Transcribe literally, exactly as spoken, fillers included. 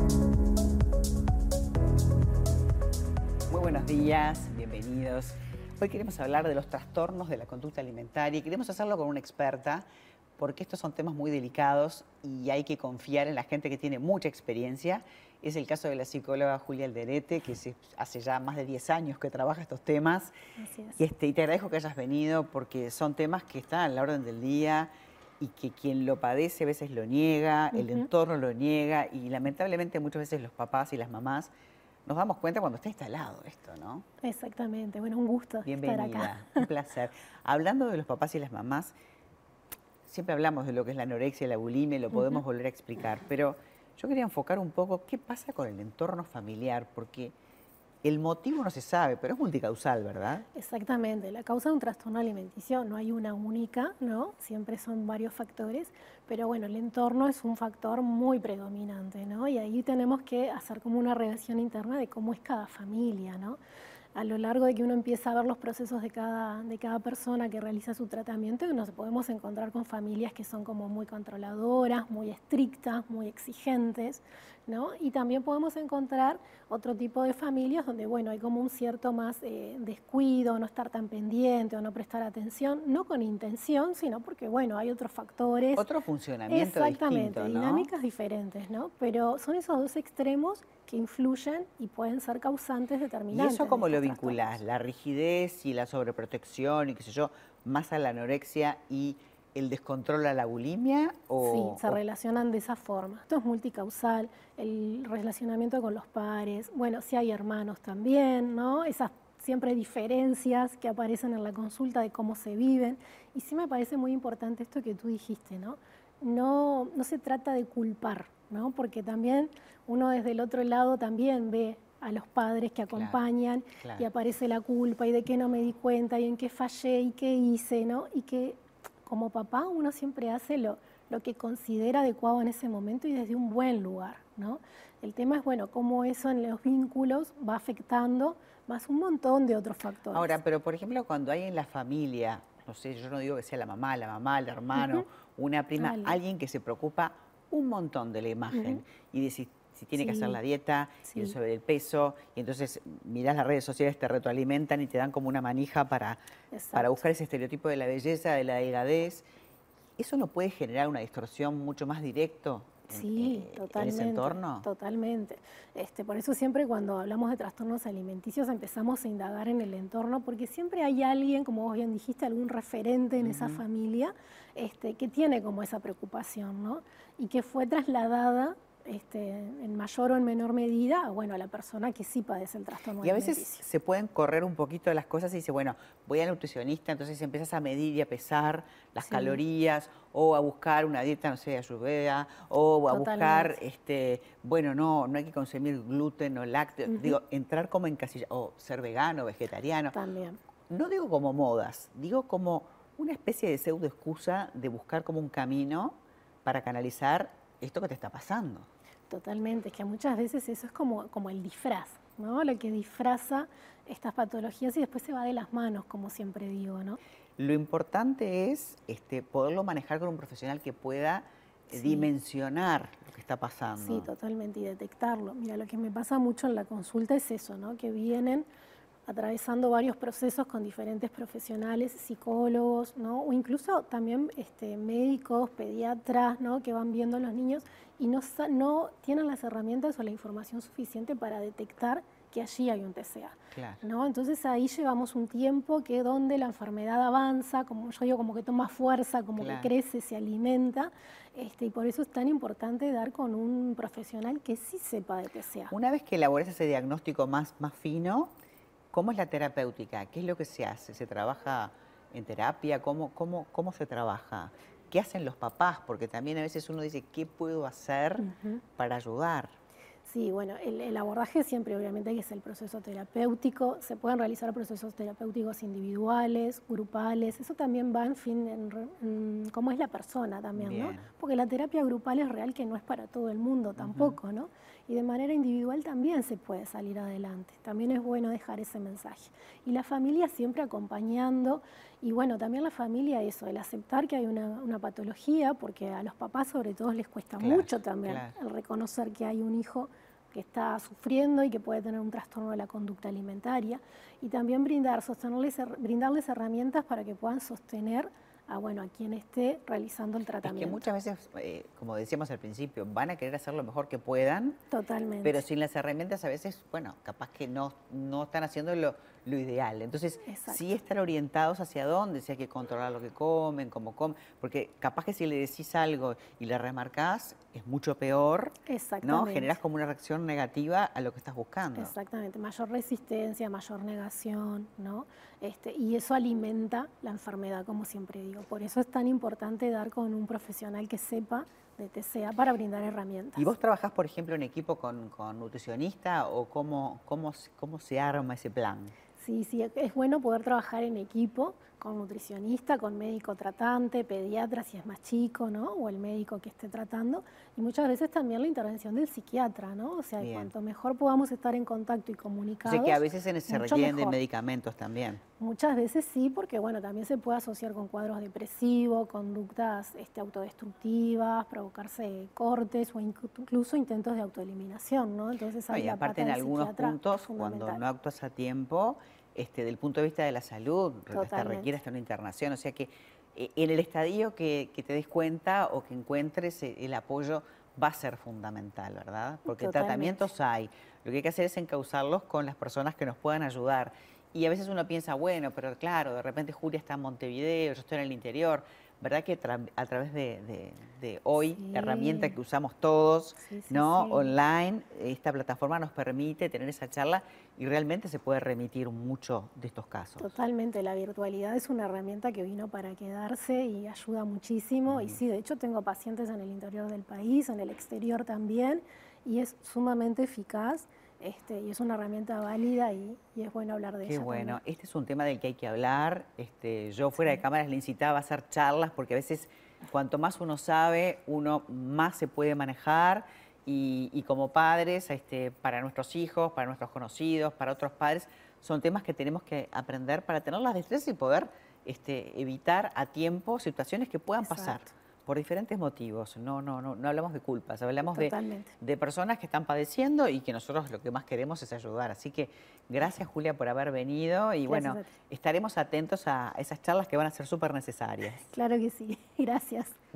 Muy buenos días, bienvenidos. Hoy queremos hablar de los trastornos de la conducta alimentaria y queremos hacerlo con una experta porque estos son temas muy delicados y hay que confiar en la gente que tiene mucha experiencia. Es el caso de la psicóloga Julia Alderete, que se, hace ya más de diez años que trabaja estos temas. Así es. Y, este, y te agradezco que hayas venido porque son temas que están a la orden del día y que quien lo padece a veces lo niega, uh-huh. el entorno lo niega y lamentablemente muchas veces los papás y las mamás nos damos cuenta cuando está instalado esto, ¿no? Exactamente. Bueno, un gusto Bienvenida, estar acá. Un placer. Hablando de los papás y las mamás, siempre hablamos de lo que es la anorexia y la bulimia y lo podemos uh-huh. volver a explicar, pero yo quería enfocar un poco qué pasa con el entorno familiar, porque el motivo no se sabe, pero es multicausal, ¿verdad? Exactamente. La causa de un trastorno alimenticio no hay una única, ¿no? Siempre son varios factores, pero bueno, el entorno es un factor muy predominante, ¿no? Y ahí tenemos que hacer como una revisión interna de cómo es cada familia, ¿no? A lo largo de que uno empieza a ver los procesos de cada, de cada persona que realiza su tratamiento, nos podemos encontrar con familias que son como muy controladoras, muy estrictas, muy exigentes, ¿no? Y también podemos encontrar otro tipo de familias donde, bueno, hay como un cierto más eh, descuido, no estar tan pendiente o no prestar atención, no con intención, sino porque, bueno, hay otros factores. Otro funcionamiento Exactamente, distinto, ¿no? Dinámicas diferentes, ¿no? Pero son esos dos extremos que influyen y pueden ser causantes determinantes. ¿Y eso cómo lo vinculás? La rigidez y la sobreprotección y qué sé yo, más a la anorexia y el descontrol a la bulimia? O, sí, se o... relacionan de esa forma. Esto es multicausal, el relacionamiento con los pares, bueno, si hay hermanos también, ¿no? Esas siempre diferencias que aparecen en la consulta de cómo se viven. Y sí me parece muy importante esto que tú dijiste, ¿no? No, no se trata de culpar, ¿no? Porque también uno desde el otro lado también ve a los padres que acompañan, claro, claro. y aparece la culpa y de qué no me di cuenta y en qué fallé y qué hice, ¿no? Y que como papá uno siempre hace lo, lo que considera adecuado en ese momento y desde un buen lugar, ¿no? El tema es, bueno, cómo eso en los vínculos va afectando más un montón de otros factores. Ahora, pero por ejemplo, cuando hay en la familia, no sé, yo no digo que sea la mamá, la mamá, el hermano, uh-huh. una prima, Dale. alguien que se preocupa un montón de la imagen uh-huh. y decir, si tiene sí. que hacer la dieta, sí. y sobre el peso, y entonces mirás las redes sociales, te retroalimentan y te dan como una manija para, para buscar ese estereotipo de la belleza, de la delgadez. ¿Eso no puede generar una distorsión mucho más directo en, sí, eh, totalmente, en ese entorno? Totalmente. Este, por eso siempre cuando hablamos de trastornos alimenticios empezamos a indagar en el entorno, porque siempre hay alguien, como vos bien dijiste, algún referente en uh-huh. esa familia este, que tiene como esa preocupación, ¿no? Y que fue trasladada Este, en mayor o en menor medida, bueno, a la persona que sí padece el trastorno alimenticio. Y a veces se pueden correr un poquito las cosas y dice, bueno, voy al nutricionista, entonces empiezas a medir y a pesar las sí. calorías, o a buscar una dieta, no sé, ayurveda, o a Totalmente. buscar, este, bueno, no, no hay que consumir gluten o lácteos, uh-huh. digo, entrar como en casilla, o ser vegano, vegetariano. También. No digo como modas, digo como una especie de pseudo excusa de buscar como un camino para canalizar esto que te está pasando. Totalmente, es que muchas veces eso es como, como el disfraz, ¿no? Lo que disfraza estas patologías y después se va de las manos, como siempre digo, ¿no? Lo importante es este, poderlo manejar con un profesional que pueda sí. dimensionar lo que está pasando. Sí, totalmente, y detectarlo. Mira, lo que me pasa mucho en la consulta es eso, ¿no? Que vienen atravesando varios procesos con diferentes profesionales, psicólogos, ¿no? O incluso también este, médicos, pediatras, ¿no? Que van viendo a los niños y no, no tienen las herramientas o la información suficiente para detectar que allí hay un T C A. Claro. ¿No? Entonces ahí llevamos un tiempo que donde la enfermedad avanza, como yo digo, como que toma fuerza, como claro. que crece, se alimenta, este, y por eso es tan importante dar con un profesional que sí sepa de T C A. Una vez que elabores ese diagnóstico más, más fino, ¿cómo es la terapéutica? ¿Qué es lo que se hace? ¿Se trabaja en terapia? ¿Cómo, cómo, cómo se trabaja? ¿Qué hacen los papás? Porque también a veces uno dice, ¿qué puedo hacer uh-huh. para ayudar? Sí, bueno, el, el abordaje siempre obviamente que es el proceso terapéutico. Se pueden realizar procesos terapéuticos individuales, grupales. Eso también va, en fin, en, en cómo es la persona también, Bien. ¿no? Porque la terapia grupal es real que no es para todo el mundo tampoco, uh-huh. ¿no? Y de manera individual también se puede salir adelante. También es bueno dejar ese mensaje. Y la familia siempre acompañando Y bueno, también la familia, eso, el aceptar que hay una, una patología, porque a los papás sobre todo les cuesta Claro, mucho también claro. el reconocer que hay un hijo que está sufriendo y que puede tener un trastorno de la conducta alimentaria. Y también brindar, sostenerles, brindarles herramientas para que puedan sostener a, bueno, a quien esté realizando el tratamiento. Es que muchas veces, eh, como decíamos al principio, van a querer hacer lo mejor que puedan. Totalmente. Pero sin las herramientas a veces, bueno, capaz que no, no están haciendo lo, lo ideal. Entonces, Exacto. sí estar orientados hacia dónde, si hay que controlar lo que comen, cómo comen, porque capaz que si le decís algo y le remarcás, es mucho peor, ¿no? Generás como una reacción negativa a lo que estás buscando. Exactamente, mayor resistencia, mayor negación, ¿no? Este, y eso alimenta la enfermedad, como siempre digo. Por eso es tan importante dar con un profesional que sepa de T C A para brindar herramientas. ¿Y vos trabajás, por ejemplo, en equipo con, con nutricionista o cómo, cómo, cómo se arma ese plan? Sí, sí, es bueno poder trabajar en equipo con nutricionista, con médico tratante, pediatra si es más chico, ¿no? O el médico que esté tratando. Y muchas veces también la intervención del psiquiatra, ¿no? O sea, Bien. Cuanto mejor podamos estar en contacto y comunicados. O sea que a veces se, se requieren mejor. de medicamentos también. Muchas veces sí, porque bueno, también se puede asociar con cuadros depresivos, conductas este, autodestructivas, provocarse cortes o incluso intentos de autoeliminación, ¿no? Entonces, no, y aparte en algunos puntos, cuando no actúas a tiempo, este, del punto de vista de la salud, hasta requiere hasta una internación. O sea que eh, en el estadio que, que te des cuenta o que encuentres eh, el apoyo va a ser fundamental, ¿verdad? Porque Totalmente. Tratamientos hay. Lo que hay que hacer es encauzarlos con las personas que nos puedan ayudar. Y a veces uno piensa, bueno, pero claro, de repente Julia está en Montevideo, yo estoy en el interior. ¿Verdad que tra a través de, de, de hoy, sí. la herramienta que usamos todos, sí, sí, ¿no? Sí. Online, esta plataforma nos permite tener esa charla y realmente se puede remitir mucho de estos casos? Totalmente, la virtualidad es una herramienta que vino para quedarse y ayuda muchísimo. Mm. Y sí, de hecho tengo pacientes en el interior del país, en el exterior también, y es sumamente eficaz. Este, y es una herramienta válida y, y es bueno hablar de Qué ella. Qué bueno, también. Este es un tema del que hay que hablar. Este, yo fuera Sí. de cámaras le incitaba a hacer charlas porque a veces cuanto más uno sabe, uno más se puede manejar y, y como padres, este, para nuestros hijos, para nuestros conocidos, para otros padres, son temas que tenemos que aprender para tener las destrezas y poder este, evitar a tiempo situaciones que puedan Exacto. pasar. Por diferentes motivos, no, no, no, no hablamos de culpas, hablamos de, Totalmente. de personas que están padeciendo y que nosotros lo que más queremos es ayudar. Así que gracias, Julia, por haber venido y Gracias bueno, a ti. estaremos atentos a esas charlas que van a ser súper necesarias. Claro que sí, gracias.